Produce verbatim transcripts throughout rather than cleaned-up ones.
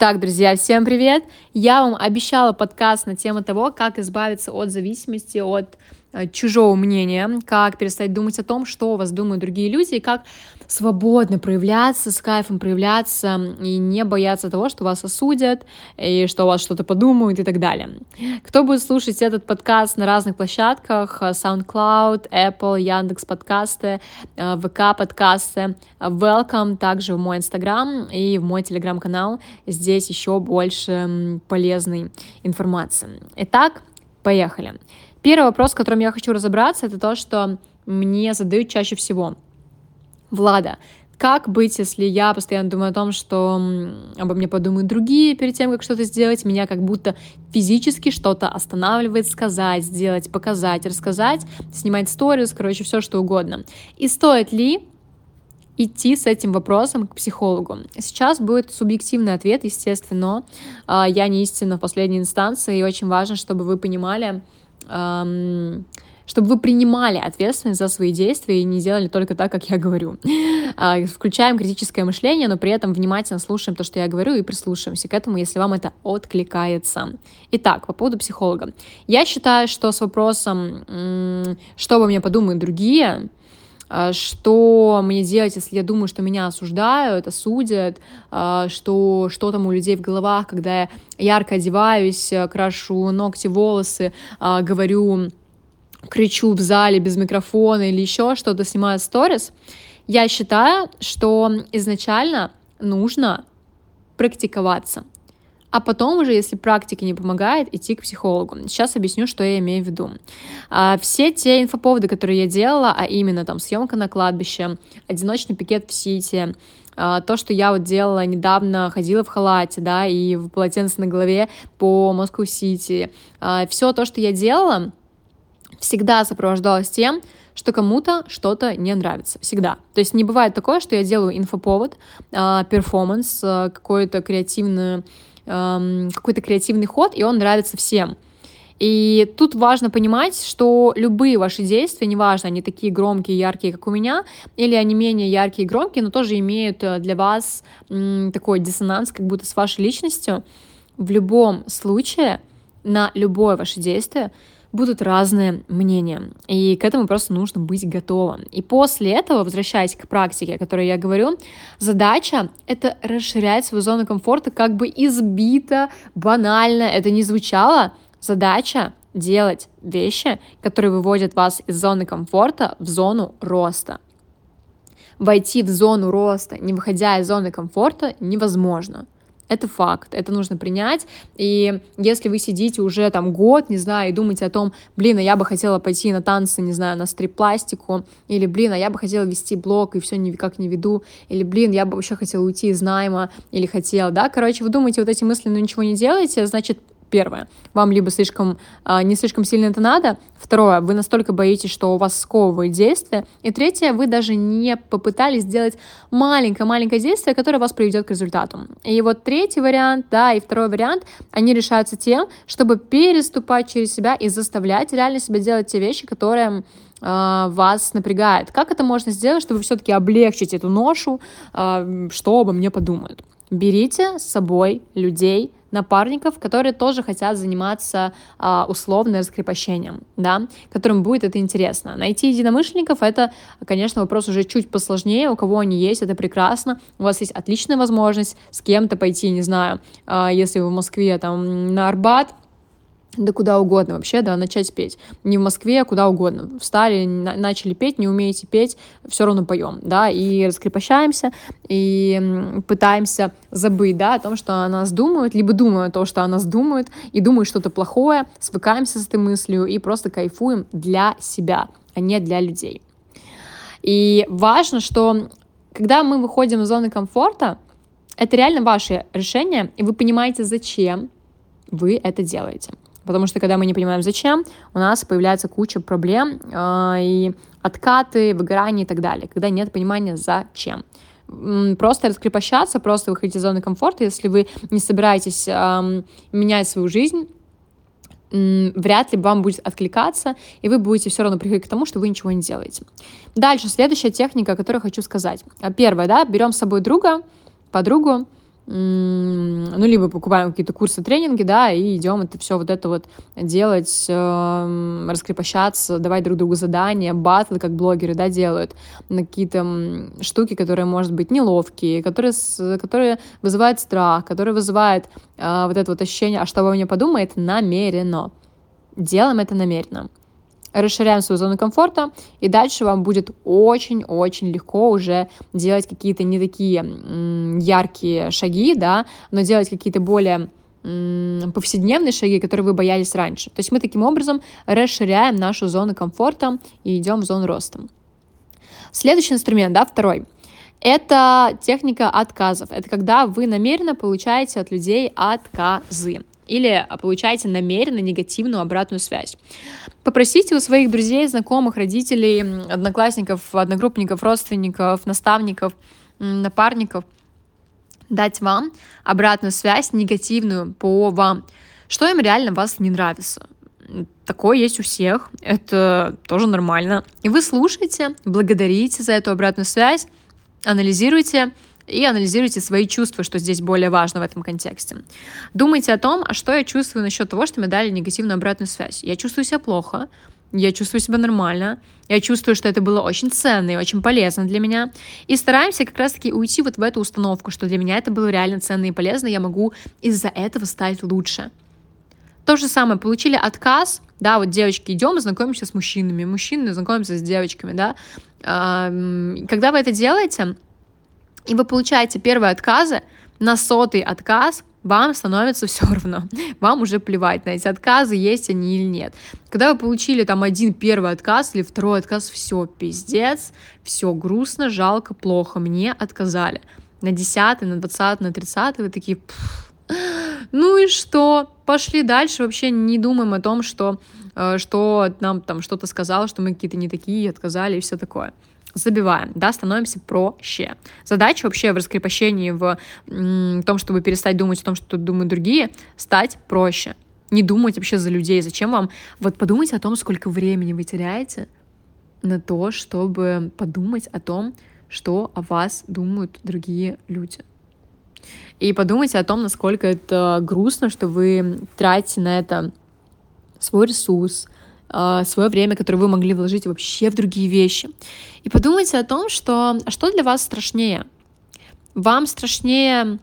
Так, друзья, всем привет! Я вам обещала подкаст на тему того, как избавиться от зависимости, от э, чужого мнения, как перестать думать о том, что о вас думают другие люди, и как свободно проявляться, с кайфом проявляться, и не бояться того, что вас осудят, и что о вас что-то подумают и так далее. Кто будет слушать этот подкаст на разных площадках, SoundCloud, Apple, Яндекс подкасты, вэ ка подкасты, welcome также в мой Инстаграм и в мой Телеграм-канал. Здесь еще больше полезной информации. Итак, поехали. Первый вопрос, с которым я хочу разобраться, это то, что мне задают чаще всего. Влада, как быть, если я постоянно думаю о том, что обо мне подумают другие перед тем, как что-то сделать, меня как будто физически что-то останавливает сказать, сделать, показать, рассказать, снимать сторис, короче, все что угодно. И стоит ли идти с этим вопросом к психологу? Сейчас будет субъективный ответ, естественно. Я не истина в последней инстанции, и очень важно, чтобы вы понимали, чтобы вы принимали ответственность за свои действия и не делали только так, как я говорю. Включаем критическое мышление, но при этом внимательно слушаем то, что я говорю, и прислушаемся к этому, если вам это откликается. Итак, по поводу психолога. Я считаю, что с вопросом, что обо мне подумают другие, что мне делать, если я думаю, что меня осуждают, осудят, что, что там у людей в головах, когда я ярко одеваюсь, крашу ногти, волосы, говорю, кричу в зале без микрофона или еще что-то, снимаю сторис. Я считаю, что изначально нужно практиковаться. А потом уже, если практика не помогает, идти к психологу. Сейчас объясню, что я имею в виду. А, все те инфоповоды, которые я делала, а именно там съемка на кладбище, одиночный пикет в Сити, а, то, что я вот делала недавно, ходила в халате, да, и в полотенце на голове по Москву-Сити, а, все то, что я делала, всегда сопровождалось тем, что кому-то что-то не нравится. Всегда. То есть не бывает такое, что я делаю инфоповод, а, перформанс, а, какой-то креативный какой-то креативный ход, и он нравится всем. И тут важно понимать, что любые ваши действия, неважно, они такие громкие, яркие, как у меня, или они менее яркие и громкие, но тоже имеют для вас м, такой диссонанс, как будто с вашей личностью. В любом случае, на любое ваше действие будут разные мнения, и к этому просто нужно быть готовым. И после этого, возвращаясь к практике, о которой я говорю, задача — это расширять свою зону комфорта, как бы избито, банально это не звучало. Задача — делать вещи, которые выводят вас из зоны комфорта в зону роста. Войти в зону роста, не выходя из зоны комфорта, невозможно. Это факт, это нужно принять, и если вы сидите уже там год, не знаю, и думаете о том, блин, а я бы хотела пойти на танцы, не знаю, на стрип-пластику, или, блин, а я бы хотела вести блог, и все никак не веду, или, блин, я бы вообще хотела уйти из найма, или хотела, да, короче, вы думаете вот эти мысли, но ничего не делаете, значит, первое, вам либо слишком, не слишком сильно это надо, второе, вы настолько боитесь, что у вас сковывает действие, и третье, вы даже не попытались сделать маленькое-маленькое действие, которое вас приведет к результату. И вот третий вариант, да, и второй вариант, они решаются тем, чтобы переступать через себя и заставлять реально себя делать те вещи, которые вас напрягает. Как это можно сделать, чтобы все-таки облегчить эту ношу, что обо мне подумают? Берите с собой людей, напарников, которые тоже хотят заниматься а, условно раскрепощением, да, которым будет это интересно. Найти единомышленников — это, конечно, вопрос уже чуть посложнее, у кого они есть, это прекрасно, у вас есть отличная возможность с кем-то пойти, не знаю, а, если вы в Москве, там, на Арбат, да куда угодно вообще, да, начать петь. Не в Москве, а куда угодно. Встали, на- начали петь, не умеете петь, все равно поем, да, и раскрепощаемся, и м, пытаемся забыть, да, о том, что о нас думают, либо думают то, что о нас думают, и думают что-то плохое, свыкаемся с этой мыслью и просто кайфуем для себя, а не для людей. И важно, что когда мы выходим из зоны комфорта, это реально ваше решение, и вы понимаете, зачем вы это делаете. Потому что когда мы не понимаем, зачем, у нас появляется куча проблем э, и откаты, выгорание и так далее, когда нет понимания, зачем. М, Просто раскрепощаться, просто выходить из зоны комфорта, если вы не собираетесь эм, менять свою жизнь, м, вряд ли вам будет откликаться, и вы будете все равно приходить к тому, что вы ничего не делаете. Дальше, следующая техника, о которой хочу сказать. Первое, да, берем с собой друга, подругу, м, ну, либо покупаем какие-то курсы, тренинги, да, и идем это все вот это вот делать, э, раскрепощаться, давать друг другу задания, батлы, как блогеры, да, делают, на какие-то штуки, которые, может быть, неловкие, которые, которые вызывают страх, которые вызывают э, вот это вот ощущение, а что обо мне подумает, намеренно. Делаем это намеренно. Расширяем свою зону комфорта, и дальше вам будет очень-очень легко уже делать какие-то не такие м, яркие шаги, да, но делать какие-то более м, повседневные шаги, которые вы боялись раньше. То есть мы таким образом расширяем нашу зону комфорта и идем в зону роста. Следующий инструмент, да, второй. Это техника отказов. Это когда вы намеренно получаете от людей отказы или получаете намеренно негативную обратную связь. Попросите у своих друзей, знакомых, родителей, одноклассников, одногруппников, родственников, наставников, напарников дать вам обратную связь негативную по вам, что им реально вас не нравится. Такое есть у всех, это тоже нормально. И вы слушаете, благодарите за эту обратную связь, анализируйте и анализируйте свои чувства, что здесь более важно в этом контексте. Думайте о том, а что я чувствую насчет того, что мне дали негативную обратную связь. Я чувствую себя плохо, я чувствую себя нормально, я чувствую, что это было очень ценно и очень полезно для меня. И стараемся как раз-таки уйти вот в эту установку, что для меня это было реально ценно и полезно, я могу из-за этого стать лучше. То же самое, получили отказ, да, вот девочки, идем и знакомимся с мужчинами, мужчины знакомятся с девочками, да. Когда вы это делаете, и вы получаете первые отказы, на сотый отказ вам становится все равно. Вам уже плевать на эти отказы, есть они или нет. Когда вы получили там один первый отказ или второй отказ, все, пиздец, все грустно, жалко, плохо, мне отказали. На десятый, на двадцатый, на тридцатый вы такие, ну и что? Пошли дальше, вообще не думаем о том, что, что нам там что-то сказал, что мы какие-то не такие, отказали и все такое. Забиваем, да, становимся проще. Задача вообще в раскрепощении, в м, том, чтобы перестать думать о том, что думают другие, стать проще. Не думать вообще за людей. Зачем вам? Вот подумайте о том, сколько времени вы теряете на то, чтобы подумать о том, что о вас думают другие люди. И подумайте о том, насколько это грустно, что вы тратите на это свой ресурс, свое время, которое вы могли вложить вообще в другие вещи. И подумайте о том, что, что для вас страшнее. Вам страшнее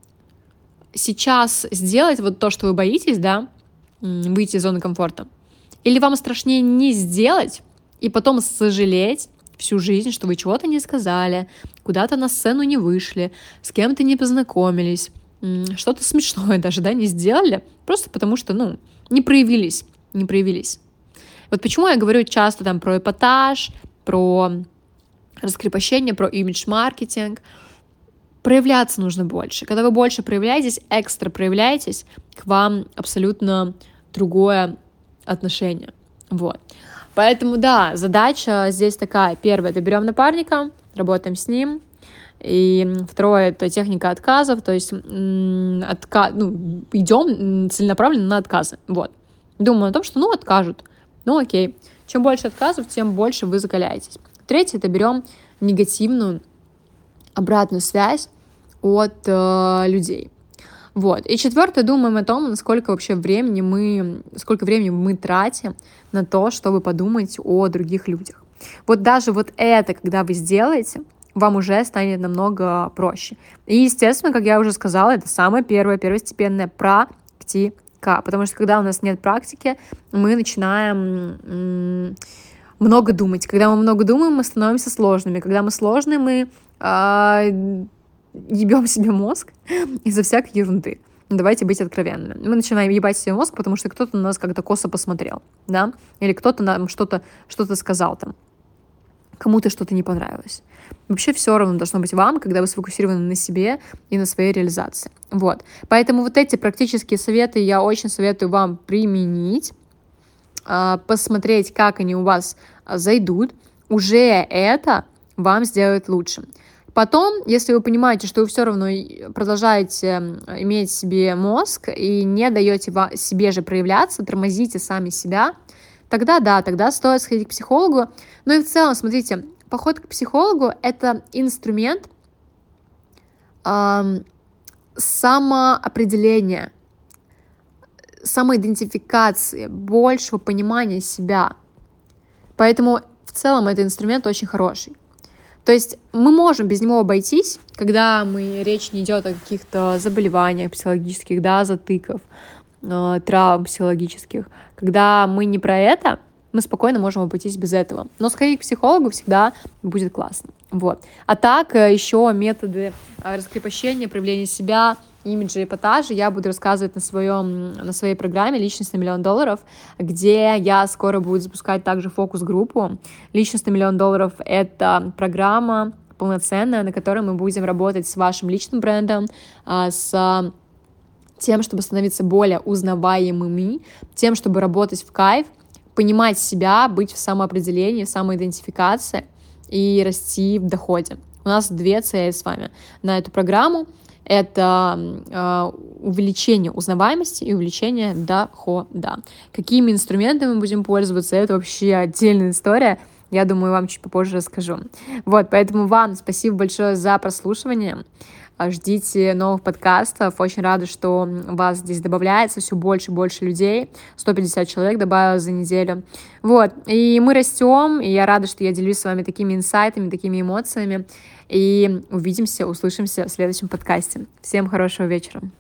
сейчас сделать вот то, что вы боитесь, да, выйти из зоны комфорта? Или вам страшнее не сделать и потом сожалеть всю жизнь, что вы чего-то не сказали, куда-то на сцену не вышли, с кем-то не познакомились, что-то смешное даже, да, не сделали, просто потому что, ну, не проявились, не проявились. Вот почему я говорю часто там про эпатаж, про раскрепощение, про имидж-маркетинг. Проявляться нужно больше. Когда вы больше проявляетесь, экстра проявляетесь, к вам абсолютно другое отношение. Вот. Поэтому, да, задача здесь такая. Первое, это берем напарника, работаем с ним. И второе, это техника отказов, то есть м- отка- ну, идем целенаправленно на отказы. Вот. Думаю о том, что, ну, откажут. Ну, окей. Чем больше отказов, тем больше вы закаляетесь. Третье, это берем негативную обратную связь от э, людей. Вот. И четвертое, думаем о том, насколько вообще времени мы, сколько времени мы тратим на то, чтобы подумать о других людях. Вот даже вот это, когда вы сделаете, вам уже станет намного проще. И, естественно, как я уже сказала, это самое первое, первостепенное практика. Потому что когда у нас нет практики, мы начинаем м- много думать. Когда мы много думаем, мы становимся сложными. Когда мы сложные, мы э- ебем себе мозг из-за всякой ерунды. Давайте быть откровенными. Мы начинаем ебать себе мозг, потому что кто-то на нас как-то косо посмотрел, да? Или кто-то нам что-то, что-то сказал там. Кому-то что-то не понравилось. Вообще все равно должно быть вам, когда вы сфокусированы на себе и на своей реализации. Вот. Поэтому вот эти практические советы я очень советую вам применить, посмотреть, как они у вас зайдут. Уже это вам сделает лучше. Потом, если вы понимаете, что вы все равно продолжаете иметь в себе мозг и не даете себе же проявляться, тормозите сами себя, тогда да, тогда стоит сходить к психологу. Ну и в целом, смотрите, поход к психологу — это инструмент, эм, самоопределения, самоидентификации, большего понимания себя. Поэтому в целом этот инструмент очень хороший. То есть мы можем без него обойтись, когда мы, речь не идет о каких-то заболеваниях психологических, да, затыков, э, травм психологических. Когда мы не про это, мы спокойно можем обойтись без этого. Но сходить к психологу всегда будет классно. Вот. А так еще методы раскрепощения, проявления себя, имиджа, эпатажа я буду рассказывать на, своем, на своей программе «Личность на миллион долларов», где я скоро буду запускать также фокус-группу. «Личность на миллион долларов» — это программа полноценная, на которой мы будем работать с вашим личным брендом, с тем, чтобы становиться более узнаваемыми, тем, чтобы работать в кайф, понимать себя, быть в самоопределении, в самоидентификации и расти в доходе. У нас две цели с вами на эту программу. Это э, увеличение узнаваемости и увеличение дохода. Какими инструментами мы будем пользоваться, это вообще отдельная история. Я думаю, вам чуть попозже расскажу. Вот, поэтому вам спасибо большое за прослушивание. Ждите новых подкастов. Очень рада, что вас здесь добавляется все больше и больше людей. сто пятьдесят человек добавилось за неделю. Вот. И мы растем, и я рада, что я делюсь с вами такими инсайтами, такими эмоциями. И увидимся, услышимся в следующем подкасте. Всем хорошего вечера.